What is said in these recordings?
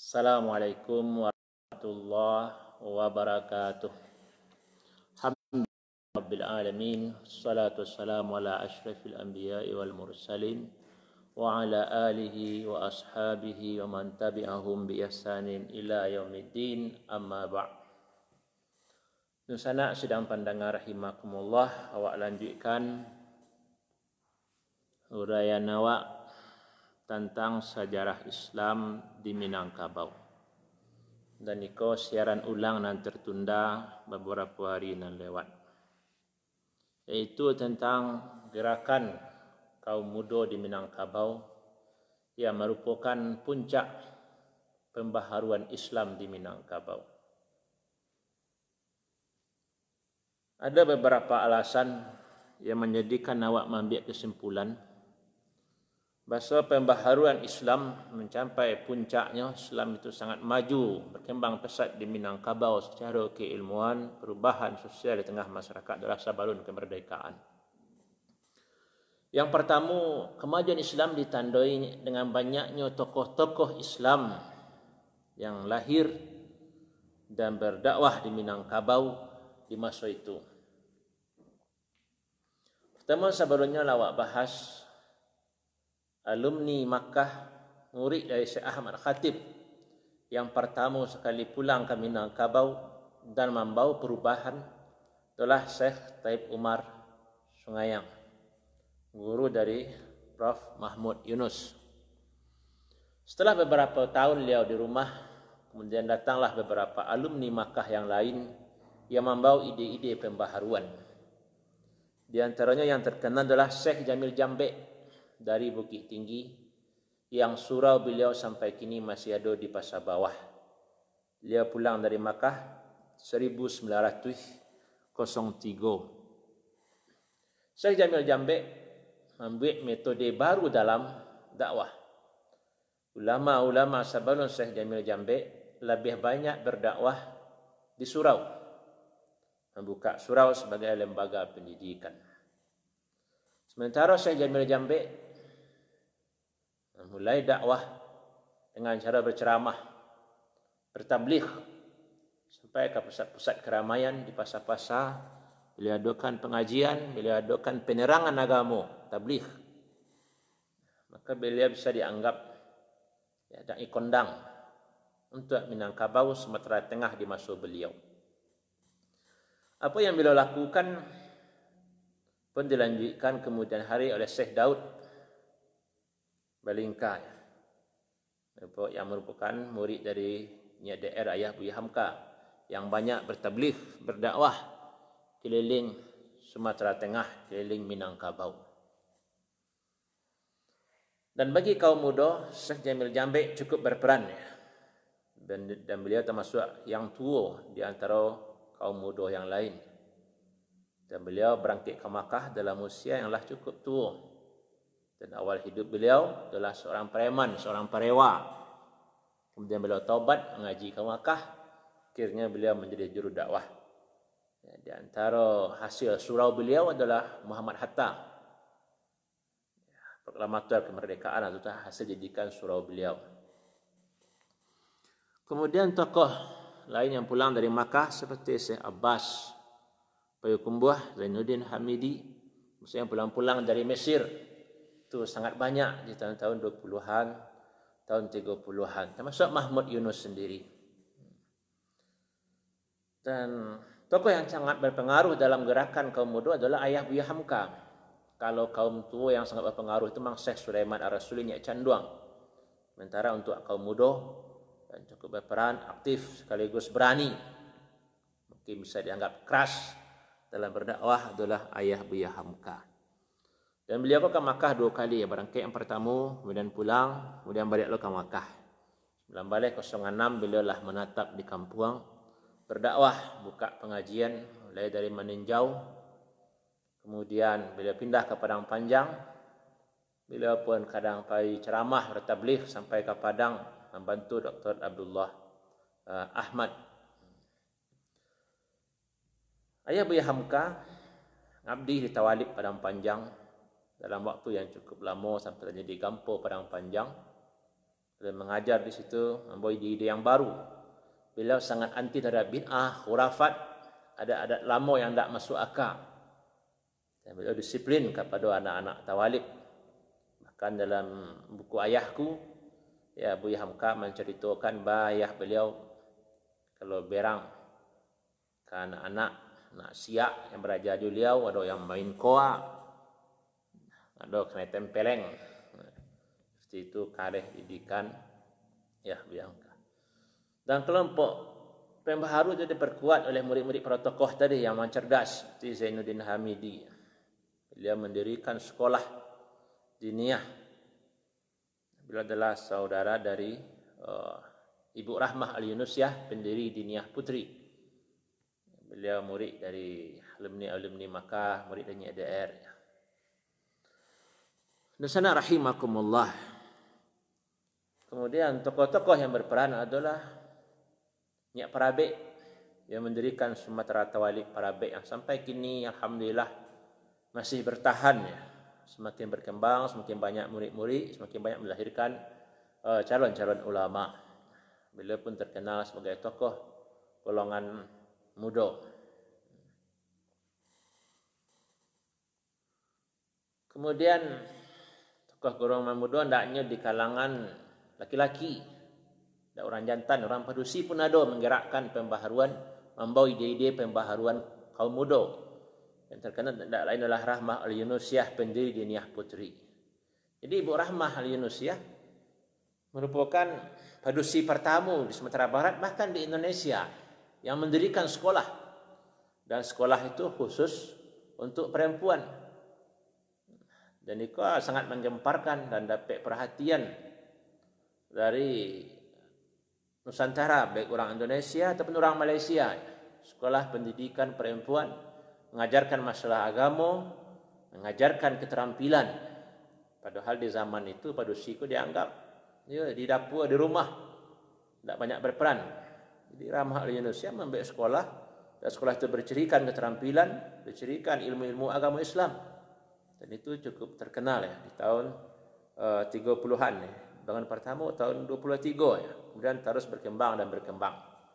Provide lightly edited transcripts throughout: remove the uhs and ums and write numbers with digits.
Assalamualaikum warahmatullahi wabarakatuh. Alhamdulillah rabbil alamin. Wassalatu wassalamu ala asyrafil anbiya'i wal mursalin wa ala alihi wa ashabihi wa man tabi'ahum bi ihsanin ila yaumiddin. Amma ba'd. Nusana sedang pandangan rahimakumullah, awak lanjutkan uraian awak tentang sejarah Islam di Minangkabau. Dan iko siaran ulang dan tertunda beberapa hari yang lewat. Yaitu tentang gerakan kaum muda di Minangkabau yang merupakan puncak pembaharuan Islam di Minangkabau. Ada beberapa alasan yang menjadikan awak mengambil kesimpulan bahawa pembaharuan Islam mencapai puncaknya. Islam itu sangat maju, berkembang pesat di Minangkabau secara keilmuan, perubahan sosial di tengah masyarakat adalah sebelum kemerdekaan. Yang pertama, kemajuan Islam ditandai dengan banyaknya tokoh-tokoh Islam yang lahir dan berdakwah di Minangkabau di masa itu. Pertama, sebelumnya awak bahas alumni Makkah, murid dari Syekh Ahmad Khatib yang pertama sekali pulang ke Minangkabau dan membawa perubahan adalah Syekh Taib Umar Sungayang, guru dari Prof. Mahmud Yunus. Setelah beberapa tahun beliau di rumah, kemudian datanglah beberapa alumni Makkah yang lain yang membawa ide-ide pembaharuan. Di antaranya yang terkenal adalah Syekh Jamil Jambek dari Bukit Tinggi, yang surau beliau sampai kini masih ada di Pasar Bawah. Beliau pulang dari Makkah 1903. Syekh Jamil Jambek membuat metode baru dalam dakwah. Ulama-ulama sebelum Syekh Jamil Jambek lebih banyak berdakwah di surau, membuka surau sebagai lembaga pendidikan. Sementara Syekh Jamil Jambek memulai dakwah dengan cara berceramah, bertabligh sampai ke pusat-pusat keramaian di pasar-pasar. Beliau adakan pengajian, beliau adakan penerangan agama, tabligh. Maka beliau bisa dianggap dai kondang untuk Minangkabau, Sumatera Tengah di masa beliau. Apa yang beliau lakukan pun dilanjutkan kemudian hari oleh Syekh Daud Balingka, yang merupakan murid dari daerah ayah Buya Hamka, yang banyak bertabligh, berdakwah keliling Sumatera Tengah, keliling Minangkabau. Dan bagi kaum muda, Syekh Jamil Jambek cukup berperan, dan beliau termasuk yang tua di antara kaum muda yang lain. Dan beliau berangkat ke Makkah dalam usia yang lah cukup tua. Dan awal hidup beliau adalah seorang preman, seorang parewa. Kemudian beliau taubat, mengaji ke Makkah. Akhirnya beliau menjadi juru dakwah. Di antara hasil surau beliau adalah Muhammad Hatta, proklamator kemerdekaan, atau hasil didikan surau beliau. Kemudian tokoh lain yang pulang dari Makkah seperti Syekh Abbas Payakumbuh, Zainuddin Hamidi, yang pulang-pulang dari Mesir. Itu sangat banyak di tahun-tahun 20-an, tahun 30-an. Termasuk Mahmud Yunus sendiri. Dan tokoh yang sangat berpengaruh dalam gerakan kaum muda adalah ayah Buya Hamka. Kalau kaum tua yang sangat berpengaruh itu memang Syekh Sulaiman Ar-Rasuli Nyak Canduang. Sementara untuk kaum muda dan cukup berperan, aktif sekaligus berani, mungkin bisa dianggap keras dalam berdakwah adalah ayah Buya Hamka. Dan beliau ke Makkah 2 kali. Berangkat yang pertama, kemudian pulang, kemudian balik ke Makkah. 1906 beliau lah menatap di kampung, berdakwah, buka pengajian mulai dari meninjau. Kemudian beliau pindah ke Padang Panjang. Beliau pun kadang pergi ceramah, bertabligh sampai ke Padang, membantu Dr. Abdullah Ahmad. Ayah Buya Hamka ngabdi di Tawalib Padang Panjang dalam waktu yang cukup lama sampai jadi Gampo Padang Panjang. dan mengajar di situ, membawa ide-ide yang baru. Beliau sangat anti terhadap bid'ah, khurafat, ada adat lama yang tak masuk akal. Dan beliau disiplin kepada anak-anak tawalib. Bahkan dalam buku ayahku, ya Buya Hamka menceritakan ayah beliau kalau berang ke anak-anak, nak siak yang berajar beliau, ada yang main koa, ada kena tempeleng. Seperti itu kareh didikan ya Buya Hamka. Dan kelompok pembaharu itu diperkuat oleh murid-murid para tokoh tadi yang cerdas, seperti Zainuddin Hamidi. Beliau mendirikan sekolah diniyah. Beliau adalah saudara dari Ibu Rahmah Al-Yunusyah, pendiri diniyah putri. Beliau murid dari alumni Makkah, murid dari ADR. Nusana rahimakumullah. Kemudian tokoh-tokoh yang berperan adalah Nyak Parabek yang mendirikan Sumatera Tawalib Parabek yang sampai kini alhamdulillah masih bertahan ya. Semakin berkembang, semakin banyak murid-murid, semakin banyak melahirkan calon-calon ulama. Beliau pun terkenal sebagai tokoh golongan muda. Kemudian tokoh golongan muda hendaknya di kalangan laki-laki. Dan orang jantan, orang padusi pun ada menggerakkan pembaharuan, membawa ide-ide pembaharuan kaum muda. Yang terkenal tidak lain adalah Rahmah Al-Yunusyah, pendiri diniyah putri. Jadi Ibu Rahmah Al-Yunusyah merupakan padusi pertama di Sumatera Barat, bahkan di Indonesia, yang mendirikan sekolah. Dan sekolah itu khusus untuk perempuan. Dan itu sangat menggemparkan dan dapat perhatian dari Nusantara, baik orang Indonesia ataupun orang Malaysia. Sekolah pendidikan perempuan, mengajarkan masalah agama, mengajarkan keterampilan. Padahal di zaman itu padusi itu dianggap ya, di dapur, di rumah, tidak banyak berperan. Jadi Rahmah Al-Yunusyah membuat sekolah, dan sekolah itu bercirikan keterampilan, bercirikan ilmu-ilmu agama Islam. Dan itu cukup terkenal ya di tahun 30-an ya. Bangunan pertama tahun 23 ya. Kemudian terus berkembang dan berkembang.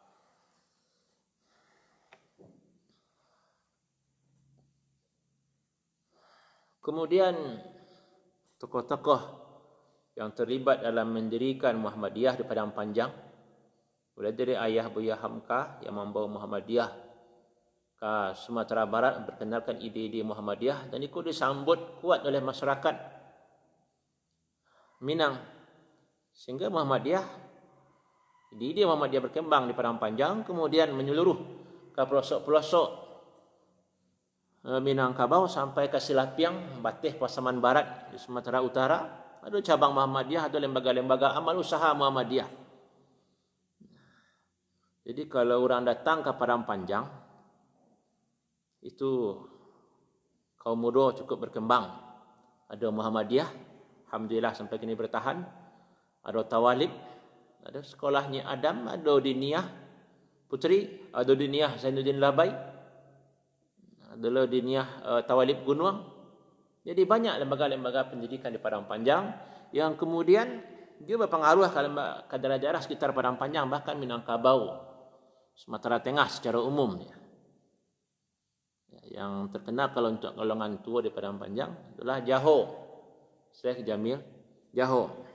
Kemudian tokoh-tokoh yang terlibat dalam mendirikan Muhammadiyah di Padang Panjang, mulai dari ayah Buya Hamka yang membawa Muhammadiyah ke Sumatera Barat, memperkenalkan ide-ide Muhammadiyah, dan itu disambut kuat oleh masyarakat Minang. Sehingga Muhammadiyah, ide-ide Muhammadiyah berkembang di Padang Panjang, kemudian menyeluruh ke pelosok-pelosok Minangkabau sampai ke Silapiang, Bateh, Pasaman Barat di Sumatera Utara. Ada cabang Muhammadiyah, ada lembaga-lembaga amal usaha Muhammadiyah. Jadi kalau orang datang ke Padang Panjang, itu kaum muda cukup berkembang. Ada Muhammadiyah, alhamdulillah sampai kini bertahan. Ada Tawalib, ada sekolahnya Adam, ada diniyah putri, ada diniyah Zainuddin Labai, ada diniyah Tawalib Gunung. Jadi banyak lembaga-lembaga pendidikan di Padang Panjang yang kemudian dia berpengaruh ke daerah-daerah sekitar Padang Panjang, bahkan Minangkabau, Sumatera Tengah secara umum. Yang terkenal kalau untuk golongan tua di Padang Panjang adalah Jaho, Syekh Jamil Jaho.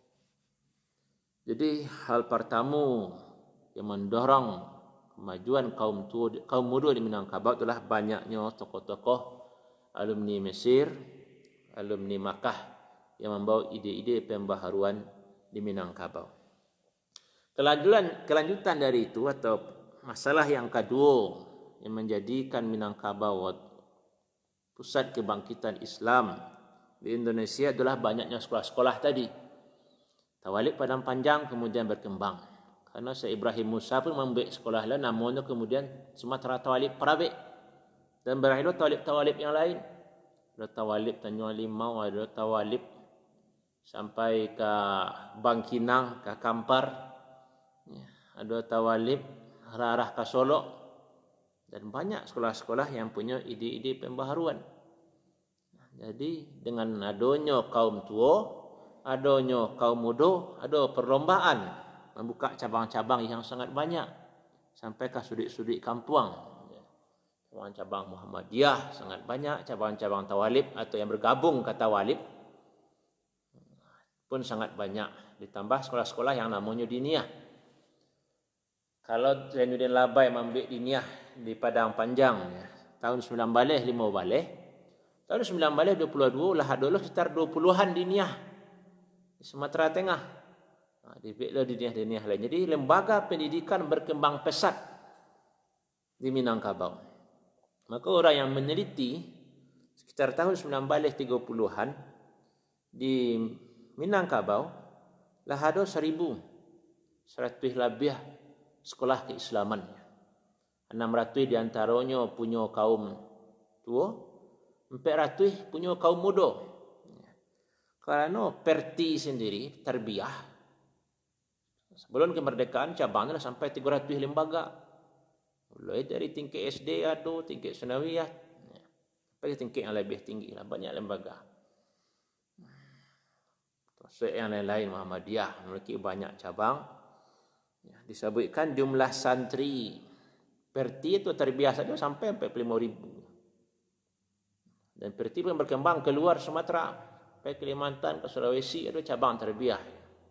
Jadi hal pertama yang mendorong kemajuan kaum muda di Minangkabau adalah banyaknya tokoh-tokoh alumni Mesir, alumni Makkah yang membawa ide-ide pembaharuan di Minangkabau. Kelanjutan dari itu atau masalah yang kedua yang menjadikan Minangkabau pusat kebangkitan Islam di Indonesia adalah banyaknya sekolah-sekolah tadi. Tawalib Padang Panjang kemudian berkembang. Karena Syekh Ibrahim Musa pun membuat sekolah lain, namanya kemudian Sumatera Tawalib Parabek. Dan berakhir tawalib yang lain. Ada Tawalib Tanjung Limau, ada Tawalib sampai ke Bangkinang, ke Kampar. Ada Tawalib arah ke Solo. Dan banyak sekolah-sekolah yang punya ide-ide pembaharuan. Jadi dengan adanya kaum tua adanya kaum muda, ada perlombaan membuka cabang-cabang yang sangat banyak sampai ke sudut-sudut kampung. Cabang-cabang Muhammadiyah sangat banyak, cabang-cabang Tawalib atau yang bergabung ke Tawalib pun sangat banyak. Ditambah sekolah-sekolah yang namanya diniyah. Kalau Zainuddin Labai membuat diniyah di Padang Panjang tahun 9 balih 5 balih, tahun 9 balih 22 lah ada sekitar 20-an diniyah di Sumatera Tengah. Dibuatlah diniyah lain. Jadi lembaga pendidikan berkembang pesat di Minangkabau. Maka orang yang meneliti sekitar tahun 9 balih 30-an di Minangkabau lah ada 1,100 lebih sekolah keislaman. 600 diantaranya punya kaum tua, 400 punya kaum muda. Kerana Perti sendiri tarbiyah sebelum kemerdekaan cabangnya sampai 300 lembaga. Mulai dari tingkat SD ada, tingkat sanawiyah, sampai tingkat yang lebih tinggi lah, banyak lembaga. Terus yang lain-lain Muhammadiyah memiliki banyak cabang. Disebutkan jumlah santri Perti itu tarbiyah saja sampai 45,000. Dan Perti pun berkembang keluar Sumatera, sampai Kalimantan, ke Sulawesi ada cabang tarbiyah.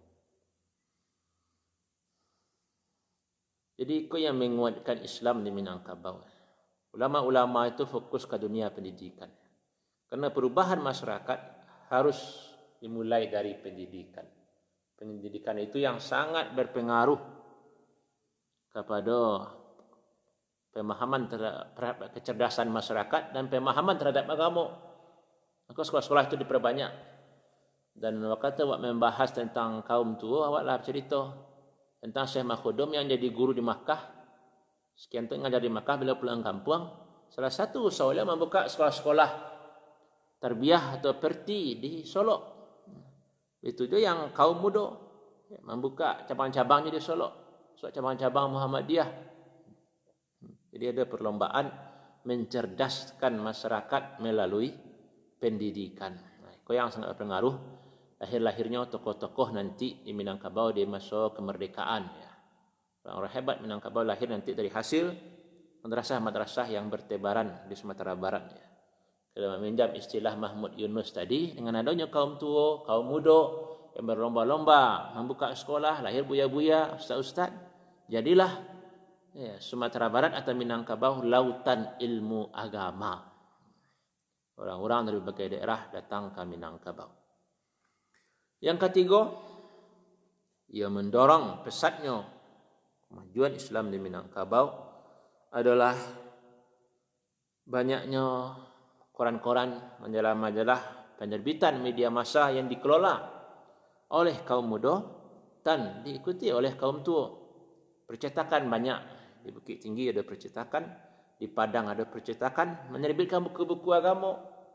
Jadi itu yang menguatkan Islam di Minangkabau. Ulama-ulama itu fokus ke dunia pendidikan. Karena perubahan masyarakat harus dimulai dari pendidikan. Pendidikan itu yang sangat berpengaruh kepada pemahaman terhadap kecerdasan masyarakat dan pemahaman terhadap agama. Maka sekolah-sekolah itu diperbanyak. Dan waktu awak membahas tentang kaum tua, awaklah bercerita tentang Syekh Makhudum yang jadi guru di Makkah. Sekian tu ngajar di Makkah, bila pulang kampung, salah satu usaha membuka sekolah-sekolah tarbiyah atau perti di Solo. Itu juga yang kaum muda membuka cabang-cabangnya di Solo. Cabang-cabang Muhammadiyah. Jadi ada perlombaan mencerdaskan masyarakat melalui pendidikan. Itu yang sangat berpengaruh. Lahir-lahirnya tokoh-tokoh nanti di Minangkabau di masa kemerdekaan. Orang-orang hebat Minangkabau lahir nanti dari hasil madrasah-madrasah yang bertebaran di Sumatera Barat. Kalau meminjam istilah Mahmud Yunus tadi, dengan adanya kaum tua, kaum muda yang berlomba-lomba membuka sekolah, lahir buya-buya, ustaz-ustaz, jadilah Sumatera Barat atau Minangkabau lautan ilmu agama. Orang-orang dari berbagai daerah datang ke Minangkabau. Yang ketiga, ia mendorong pesatnya kemajuan Islam di Minangkabau adalah banyaknya koran-koran, majalah-majalah, penerbitan media massa yang dikelola oleh kaum muda dan diikuti oleh kaum tua. Percetakan banyak. Di Bukit Tinggi ada percetakan, di Padang ada percetakan menerbitkan buku-buku agama.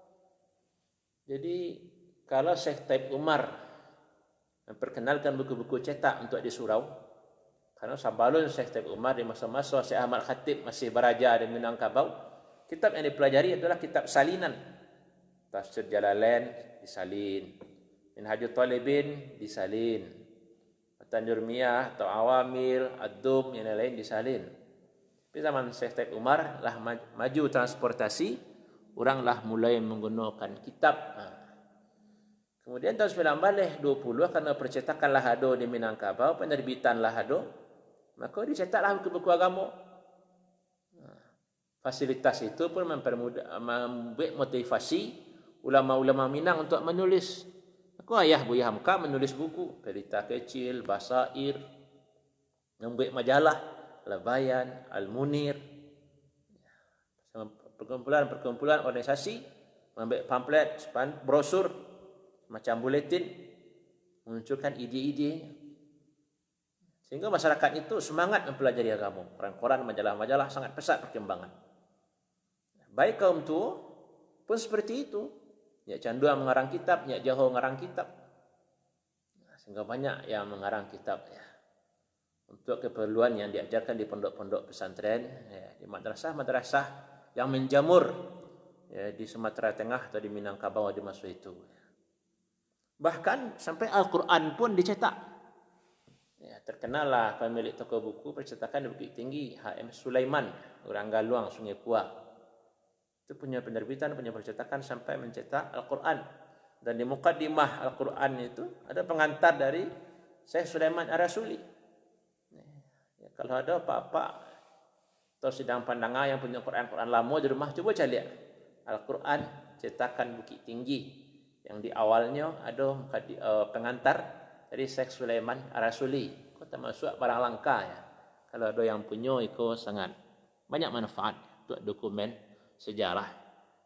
Jadi kalau Syekh Taib Umar memperkenalkan buku-buku cetak untuk di surau, karena sabalun Syekh Taib Umar di masa-masa Syekh Ahmad Khatib masih beraja di Minangkabau, kitab yang dipelajari adalah kitab salinan. Tafsir Jalalain disalin, Minhajul Talibin disalin, Tanjurmiyah atau Awamil, Ad-Dum yang lain disalin. Tapi zaman Syekh Taib Umar lah maju transportasi, oranglah mulai menggunakan kitab. Kemudian tahun 1920 karena percetakan lahado di Minangkabau, penerbitan lahado, maka dicetaklah buku-buku agama. Fasilitas itu pun membuat motivasi ulama-ulama Minang untuk menulis. Aku ayah Buya Hamka menulis buku, Pelita Kecil, Basair, membuat majalah, Labayan, Al-Munir, perkumpulan organisasi, membuat pamflet, brosur, macam buletin, menunjukkan ide-ide. Sehingga masyarakat itu semangat mempelajari agama. Koran-koran, majalah-majalah sangat pesat perkembangan. Baik kaum tua pun seperti itu. Nyak Candua mengarang kitab, Nyak Jaho mengarang kitab. Sehingga banyak yang mengarang kitab untuk keperluan yang diajarkan di pondok-pondok pesantren, di madrasah-madrasah yang menjamur di Sumatera Tengah atau di Minangkabau di masa itu. Bahkan sampai Al-Quran pun dicetak. Ya, terkenallah pemilik toko buku percetakan di Bukit Tinggi, H.M. Sulaiman, orang Galuang, Sungai Puah. Itu punya penerbitan, punya percetakan sampai mencetak Al-Quran. Dan di mukaddimah Al-Quran itu ada pengantar dari Syekh Sulaiman Ar-Rasuli. Ya, kalau ada apa-apa atau sidang pandangan yang punya Quran lama di rumah, coba cari lihat Al-Quran cetakan Bukit Tinggi yang di awalnya ada pengantar dari Syekh Sulaiman Ar-Rasuli. Itu termasuk barang langka ya. Kalau ada yang punya itu sangat banyak manfaat untuk dokumen sejarah.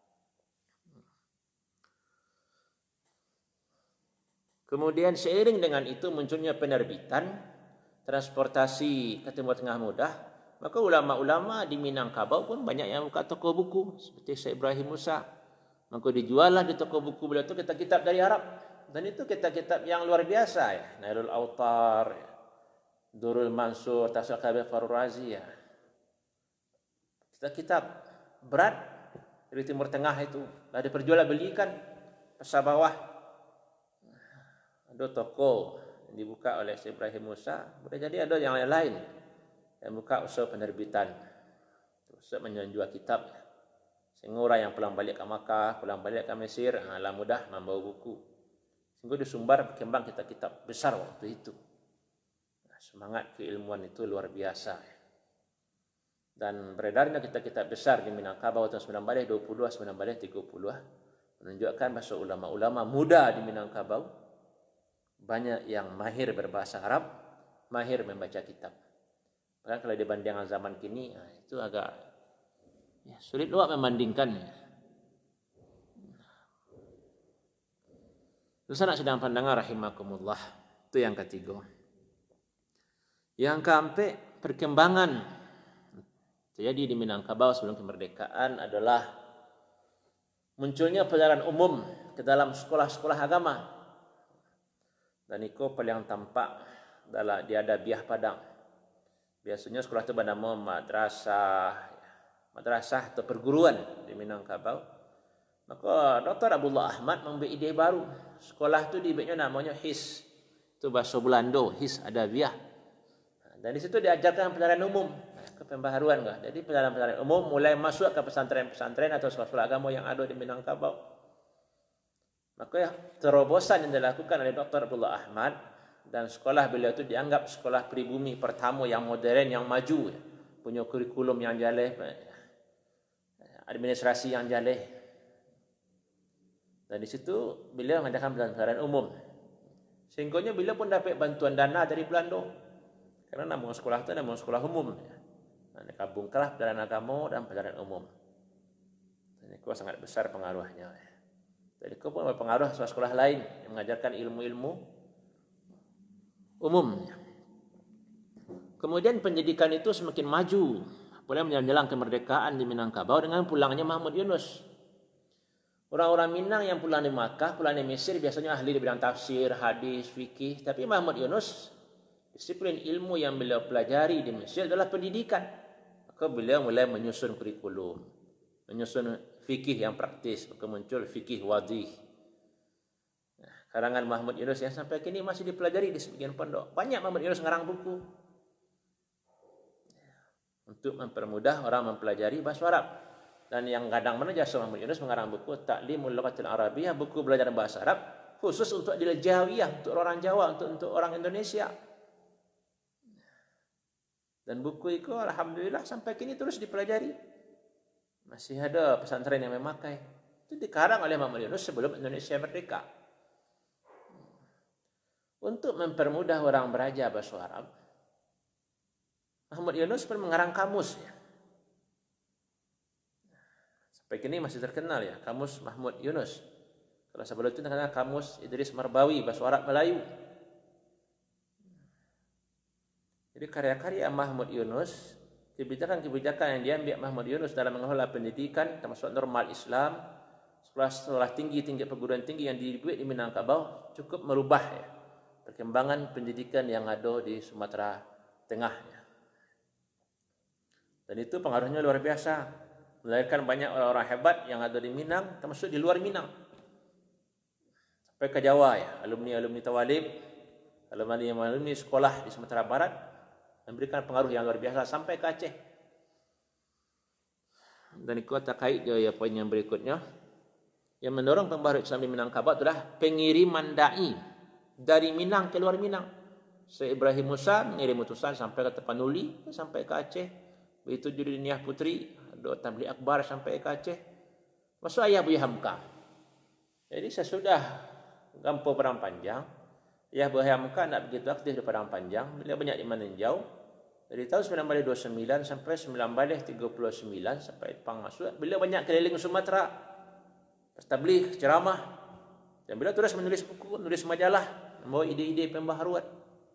Kemudian seiring dengan itu munculnya penerbitan, transportasi ke Timur Tengah mudah, maka ulama-ulama di Minangkabau pun banyak yang buka toko buku seperti Syekh Ibrahim Musa. Maka dijuallah di toko buku beliau itu kitab-kitab dari Arab. Dan itu kitab-kitab yang luar biasa ya. Nailul Autar, ya. Durul Mansur, Tafsir Kabir Farur Razi ya. Kitab-kitab berat dari Timur Tengah itu. Lah diperjualbelikan pasar bawah. Ada toko yang dibuka oleh Syekh Ibrahim Musa. Boleh jadi ada yang lain yang buka usaha penerbitan. Usaha menjual kitab. Sehingga orang yang pulang balik ke Makkah, pulang balik ke Mesir, lah mudah membawa buku. Sehingga di Sumbar berkembang kitab-kitab besar waktu itu. Semangat keilmuan itu luar biasa. Dan beredarnya kitab-kitab besar di Minangkabau tahun 1920, 1930 menunjukkan bahwa ulama-ulama muda di Minangkabau banyak yang mahir berbahasa Arab, mahir membaca kitab. Bahkan kalau dibandingkan zaman kini, itu agak sulit luak membandingkannya. Terus anak sedang pandangan rahimakumullah. Itu yang ketiga. Yang keempat, perkembangan terjadi di Minangkabau sebelum kemerdekaan adalah munculnya pelajaran umum ke dalam sekolah-sekolah agama. Dan itu paling tampak dalam di Adabiah Padang. Biasanya sekolah itu bernama madrasah atau perguruan di Minangkabau. Maka Dr. Abdullah Ahmad membuat ide baru. Sekolah itu dibuatnya namanya HIS. Itu bahasa Belanda, HIS Adabiah. Dan di situ diajarkan pelajaran umum. Ke pembaharuan kah? Jadi pelajaran umum mulai masuk ke pesantren-pesantren atau sekolah-sekolah agama yang ada di Minangkabau. Maka terobosan yang dilakukan oleh Dr. Abdullah Ahmad dan sekolah beliau itu dianggap sekolah pribumi pertama yang modern, yang maju. Punya kurikulum yang jaleh, administrasi yang jaleh. Dan di situ beliau mengadakan pelajaran umum. Sehingga beliau pun dapat bantuan dana dari Belanda. Karena nama sekolah itu nama sekolah umum. Gabungkanlah pelajaran agama dan pelajaran umum. Dan itu sangat besar pengaruhnya. Jadi itu pun berpengaruh sekolah lain yang mengajarkan ilmu-ilmu umum. Kemudian pendidikan itu semakin maju. Mulai menjelang kemerdekaan di Minangkabau dengan pulangnya Mahmud Yunus. Orang-orang Minang yang pulang di Makkah, pulang di Mesir biasanya ahli di bidang tafsir, hadis, fikih. Tapi Mahmud Yunus, disiplin ilmu yang beliau pelajari di Mesir adalah pendidikan. Maka beliau mulai menyusun kurikulum, menyusun fikih yang praktis. Maka muncul fikih wadih. Karangan Mahmud Yunus yang sampai kini masih dipelajari di sebagian pondok. Banyak Mahmud Yunus ngarang buku untuk mempermudah orang mempelajari bahasa Arab. Dan yang kadang mana jasa Mahmud Yunus mengarang buku Ta'limul Lughatil Arabiyyah, buku belajar bahasa Arab khusus untuk Jawiyah, untuk orang Jawa, untuk orang Indonesia. Dan buku itu alhamdulillah sampai kini terus dipelajari. Masih ada pesantren yang memakai. Itu dikarang oleh Mahmud Yunus sebelum Indonesia merdeka. Untuk mempermudah orang belajar bahasa Arab, Mahmud Yunus pun mengarang kamus ya. Sampai kini masih terkenal ya, kamus Mahmud Yunus. Kalau sebelum itu terkenal kamus Idris Marbawi, bahasa Arab Melayu. Jadi karya-karya Mahmud Yunus, kebijakan-kebijakan yang diambil Mahmud Yunus dalam mengelola pendidikan, termasuk normal Islam, sekolah tinggi-tinggi perguruan tinggi yang dibuat di Minangkabau, cukup merubah ya, perkembangan pendidikan yang ada di Sumatera Tengah. Dan itu pengaruhnya luar biasa. Melahirkan banyak orang-orang hebat yang ada di Minang, termasuk di luar Minang. sampai ke Jawa ya, alumni Tawalib, alumni sekolah di Sumatera Barat memberikan pengaruh yang luar biasa sampai ke Aceh. Dan ikut terkait ya poin yang berikutnya, yang mendorong pembaharuan Islam di Minangkabau adalah pengiriman dai dari Minang ke luar Minang. Syekh Ibrahim Musa mengirim utusan sampai ke Tapanuli, sampai ke Aceh. Begitu Judi Niah Putri, ada tabligh akbar sampai ke Aceh. Masuk ayah Buya Hamka. Jadi sesudah Kampung Padang Panjang, Ayah Buya Hamka tidak begitu aktif di Padang Panjang, beliau banyak di Meninjau. Dari tahun 1929 sampai 1939 sampai Pang masuk, beliau banyak keliling Sumatera, bertabligh, ceramah, dan beliau terus menulis buku, menulis majalah, membawa ide-ide pembaharuan.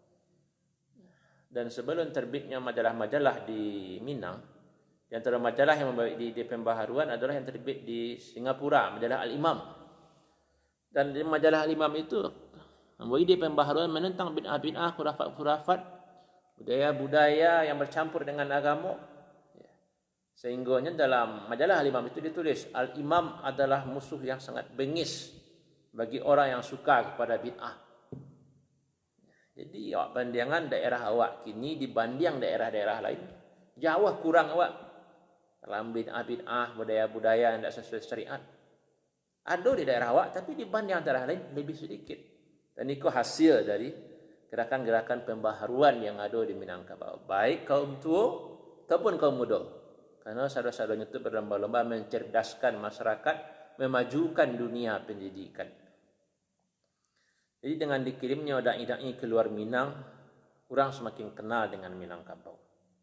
Dan sebelum terbitnya majalah-majalah di Minang, di antara majalah yang membawa ide-ide pembaharuan adalah yang terbit di Singapura, majalah Al-Imam. Dan di majalah Al-Imam itu membawa ide pembaharuan menentang bid'ah-bid'ah, khurafat-khurafat, budaya-budaya yang bercampur dengan agama. Sehingga dalam majalah Al-Imam itu ditulis, Al-Imam adalah musuh yang sangat bengis bagi orang yang suka kepada bid'ah. Jadi awak bandingan daerah awak kini dibanding daerah-daerah lain, jauh kurang awak dalam bid'ah, budaya-budaya yang tidak sesuai syariat. Ada di daerah awak, tapi dibanding daerah lain lebih sedikit. Dan itu hasil dari gerakan-gerakan pembaharuan yang ada di Minangkabau, baik kaum tua ataupun kaum muda. Karena saudara-saudaranya itu berlomba-lomba mencerdaskan masyarakat, memajukan dunia pendidikan. Jadi dengan dikirimnya dai-dai ke luar Minang, orang semakin kenal dengan Minangkabau.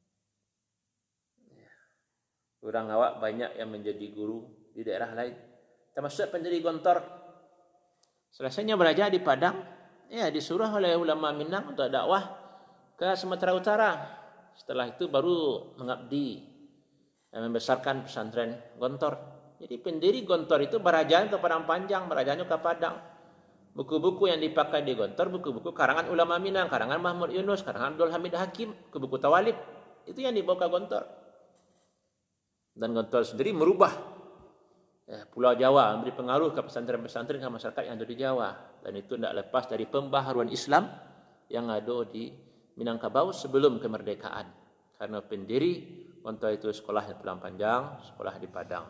Orang awak banyak yang menjadi guru di daerah lain, termasuk pendiri Gontor. Selesainya belajar di Padang, disuruh oleh ulama Minang untuk dakwah ke Sumatera Utara. Setelah itu baru mengabdi dan membesarkan pesantren Gontor. Jadi pendiri Gontor itu berajan ke Padang Panjang, berajannya ke Padang. Buku-buku yang dipakai di Gontor, buku-buku karangan ulama Minang, karangan Mahmud Yunus, karangan Abdul Hamid Hakim, buku Tawalib, itu yang dibawa ke Gontor. Dan Gontor sendiri merubah Pulau Jawa, memberi pengaruh ke pesantren-pesantren ke masyarakat yang ada di Jawa. Dan itu tidak lepas dari pembaharuan Islam yang ada di Minangkabau sebelum kemerdekaan. Karena pendiri Gontor itu sekolah di Padang Panjang, sekolah di Padang.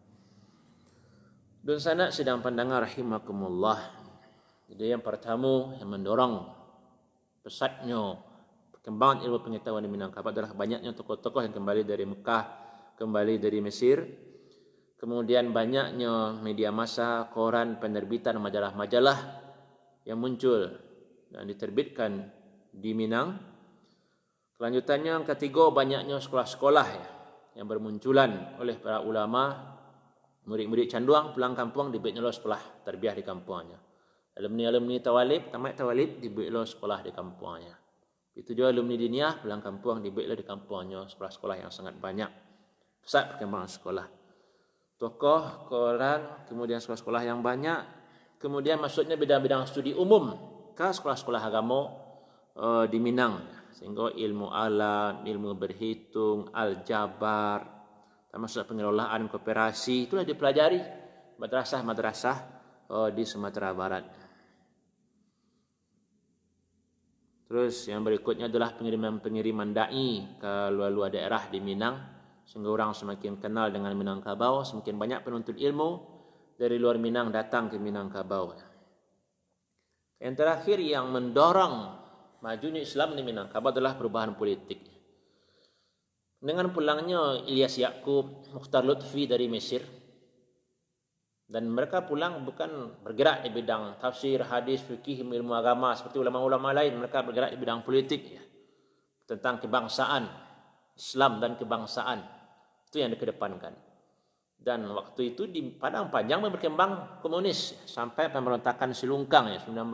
Dan sana sedang pandangan rahimakumullah. Jadi yang pertama yang mendorong pesatnya perkembangan ilmu pengetahuan di Minangkabau adalah banyaknya tokoh-tokoh yang kembali dari Mekah, kembali dari Mesir. Kemudian banyaknya media massa, koran, penerbitan, majalah-majalah yang muncul dan diterbitkan di Minang. Kelanjutannya yang ketiga, banyaknya sekolah-sekolah yang bermunculan oleh para ulama, murid-murid canduang pulang kampung dibitnya sekolah tarbiyah di kampungnya. Alumni Tawalib, tamat Tawalib dibitnya sekolah di kampungnya. Itu juga alumni Diniah pulang kampung dibitnya di kampungnya sekolah-sekolah yang sangat banyak. Pusat perkembangan sekolah. Tokoh, koran, kemudian sekolah-sekolah yang banyak, kemudian masuknya bidang-bidang studi umum ke sekolah-sekolah agama di Minang, sehingga ilmu alam, ilmu berhitung, aljabar, termasuk pengelolaan koperasi, itulah dipelajari madrasah-madrasah di Sumatera Barat. Terus yang berikutnya adalah pengiriman dai ke luar-luar daerah di Minang, sehingga orang semakin kenal dengan Minangkabau, semakin banyak penuntut ilmu dari luar Minang datang ke Minangkabau. Yang terakhir yang mendorong majunya Islam di Minangkabau adalah perubahan politik. Dengan pulangnya Ilyas Yaqub, Mukhtar Lutfi dari Mesir, dan mereka pulang bukan bergerak di bidang tafsir, hadis, fikih, ilmu agama seperti ulama-ulama lain, mereka bergerak di bidang politik tentang kebangsaan, Islam dan kebangsaan, itu yang dikedepankan. Dan waktu itu di Padang Panjang berkembang komunis sampai pemberontakan Silungkang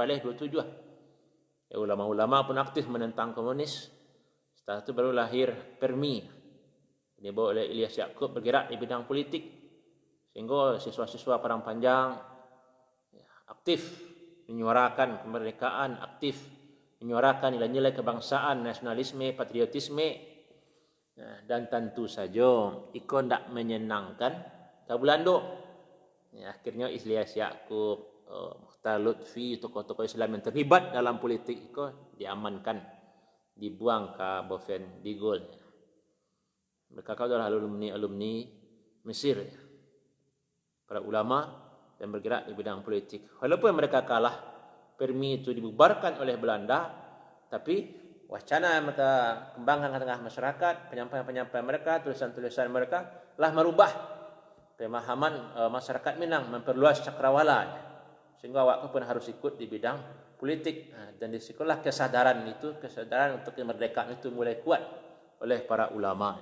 1927. Ulama-ulama pun aktif menentang komunis. Setelah itu baru lahir Permi, dibawa oleh Ilyas Yaqub, bergerak di bidang politik, sehingga siswa-siswa Padang Panjang aktif menyuarakan kemerdekaan, aktif menyuarakan nilai-nilai kebangsaan, nasionalisme, patriotisme. Dan tentu saja ikon tidak menyenangkan ke Belanda. Akhirnya Ilyas Yaqub, Mukhtar Lutfi, tokoh-tokoh Islam yang terlibat dalam politik itu diamankan, dibuang ke Boven, digol. Mereka adalah alumni Mesir, para ulama yang bergerak di bidang politik. Walaupun mereka kalah, PERMI itu dibubarkan oleh Belanda, tapi wacana yang mereka kembangkan ke tengah masyarakat, penyampaian-penyampaian mereka, tulisan-tulisan mereka telah merubah pemahaman masyarakat Minang, memperluas cakrawala. Sehingga awak pun harus ikut di bidang politik. Dan disitulah kesadaran untuk kemerdekaan itu mulai kuat oleh para ulama.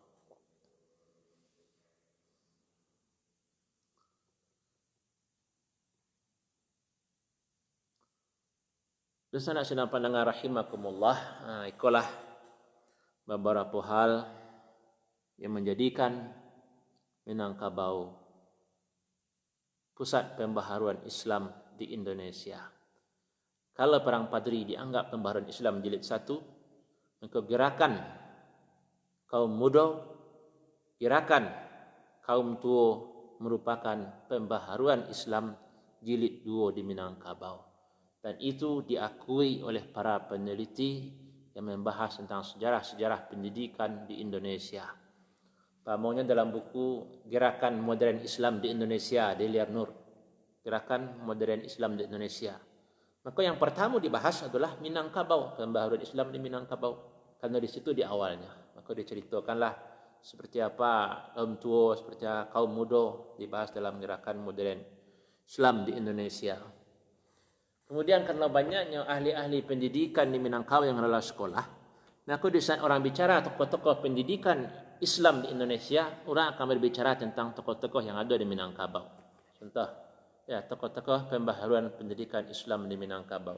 Dan sanak senang pandangan rahimakumullah, itulah beberapa hal yang menjadikan Minangkabau pusat pembaharuan Islam di Indonesia. Kalau Perang Padri dianggap pembaharuan Islam jilid 1, maka gerakan kaum muda, gerakan kaum tua merupakan pembaharuan Islam jilid 2 di Minangkabau. Dan itu diakui oleh para peneliti yang membahas tentang sejarah-sejarah pendidikan di Indonesia. Pamonya dalam buku Gerakan Modern Islam di Indonesia, Deliar Nur. Gerakan Modern Islam di Indonesia. Maka yang pertama dibahas adalah Minangkabau, pembaharuan Islam di Minangkabau. Karena di situ di awalnya. Maka diceritakanlah seperti apa kaum tua, seperti apa kaum muda dibahas dalam Gerakan Modern Islam di Indonesia. Kemudian karena banyaknya ahli-ahli pendidikan di Minangkabau yang adalah sekolah, maka di saat orang bicara tokoh-tokoh pendidikan Islam di Indonesia, orang akan berbicara tentang tokoh-tokoh yang ada di Minangkabau. Contoh, ya, tokoh-tokoh pembaharuan pendidikan Islam di Minangkabau.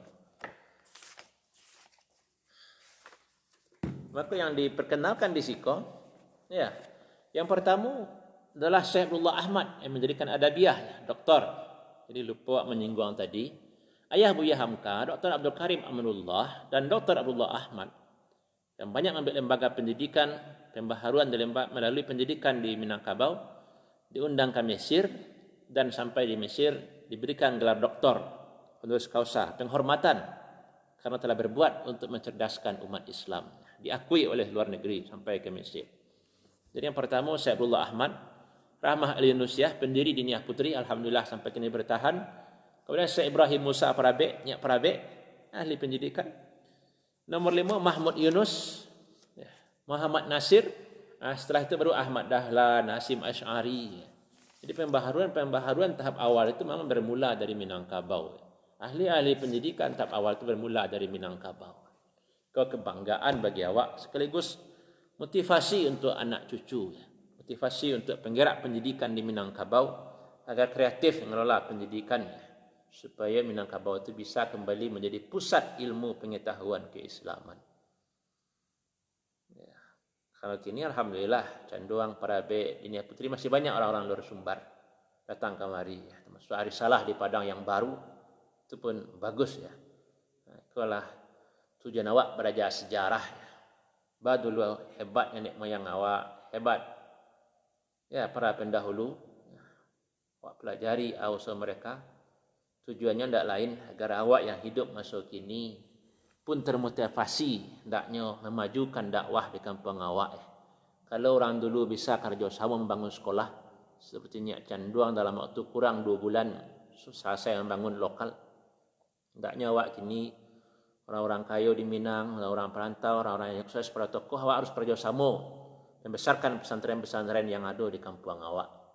Maka yang diperkenalkan di siko, ya, yang pertama adalah Syekh Abdullah Ahmad yang mendirikan Adabiyah, ya, doktor. Jadi lupa menyinggung tadi. Ayah Buya Hamka, Dr. Abdul Karim Amanullah dan Dr. Abdullah Ahmad yang banyak ambil lembaga pendidikan, pembaharuan melalui pendidikan di Minangkabau, diundang ke Mesir dan sampai di Mesir diberikan gelar doktor, honoris causa, penghormatan karena telah berbuat untuk mencerdaskan umat Islam. Diakui oleh luar negeri sampai ke Mesir. Jadi yang pertama Syekh Abdullah Ahmad, Rahmah Al-Yunusiah, pendiri Diniyah Putri, alhamdulillah sampai kini bertahan. Kemudian Syekh Ibrahim Musa Parabek, Nyak Parabek, ahli pendidikan. Nomor 5 Mahmud Yunus, Muhammad Nasir, setelah itu baru Ahmad Dahlan, Hasim Ash'ari. Jadi pembaharuan tahap awal itu memang bermula dari Minangkabau. Ahli-ahli pendidikan tahap awal itu bermula dari Minangkabau. Kebanggaan bagi awak sekaligus motivasi untuk anak cucu, motivasi untuk penggerak pendidikan di Minangkabau agar kreatif mengelola pendidikannya, supaya Minangkabau itu bisa kembali menjadi pusat ilmu pengetahuan keislaman. Ya. Kalau kini alhamdulillah Canduang, Parabek, Diniyah Putri masih banyak orang-orang luar Sumbar datang kemari, ya. Termasuk Arisalah di Padang yang baru itu pun bagus, ya. Nah, itulah tujuan awak belajar sejarah, ya. Dulu hebat nenek moyang awak, hebat ya para pendahulu, ya. Awak pelajari usaha mereka. Tujuannya tidak lain agar awak yang hidup masa kini pun termotivasi hendaknya memajukan dakwah di kampung awak. Kalau orang dulu bisa kerjasama membangun sekolah seperti Nyak Canduang dalam waktu kurang 2 bulan selesai membangun lokal. Hendaknya awak kini orang-orang kaya di Minang, orang-orang perantau, orang-orang yang sukses para tokoh, awak harus kerjasama membesarkan pesantren-pesantren yang ada di kampung awak.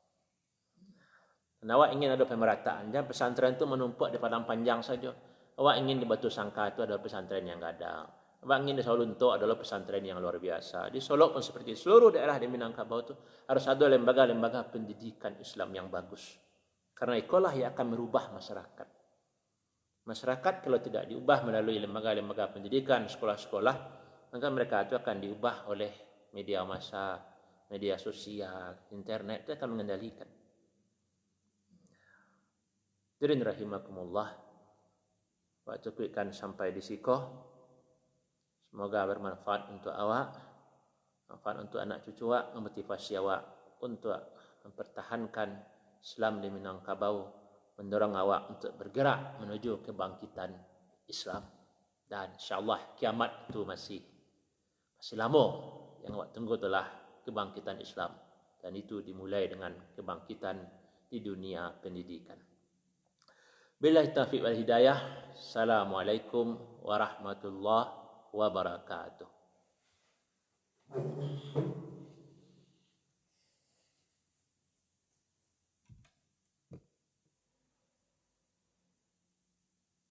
Dan awak ingin ada pemerataan. Jangan pesantren itu menumpuk di Padang Panjang saja. Awak ingin di Batu Sangka itu adalah pesantren yang gadang. Awak ingin di Sawalunto adalah pesantren yang luar biasa. Di Solo pun seperti seluruh daerah di Minangkabau itu harus ada lembaga-lembaga pendidikan Islam yang bagus. Karena itulah yang akan merubah masyarakat. Masyarakat kalau tidak diubah melalui lembaga-lembaga pendidikan, sekolah-sekolah, maka mereka itu akan diubah oleh media massa, media sosial, internet, itu akan mengendalikan. Hadirin rahimakumullah, waktu kan sampai di siko. Semoga bermanfaat untuk awak, manfaat untuk anak cucu awak, memotivasi awak untuk mempertahankan Islam di Minangkabau mendorong awak untuk bergerak menuju kebangkitan Islam. Dan insyaAllah kiamat itu masih lama. Yang awak tunggu adalah kebangkitan Islam. Dan itu dimulai dengan kebangkitan di dunia pendidikan. Billahi taufiq wal hidayah. Assalamualaikum warahmatullahi wabarakatuh.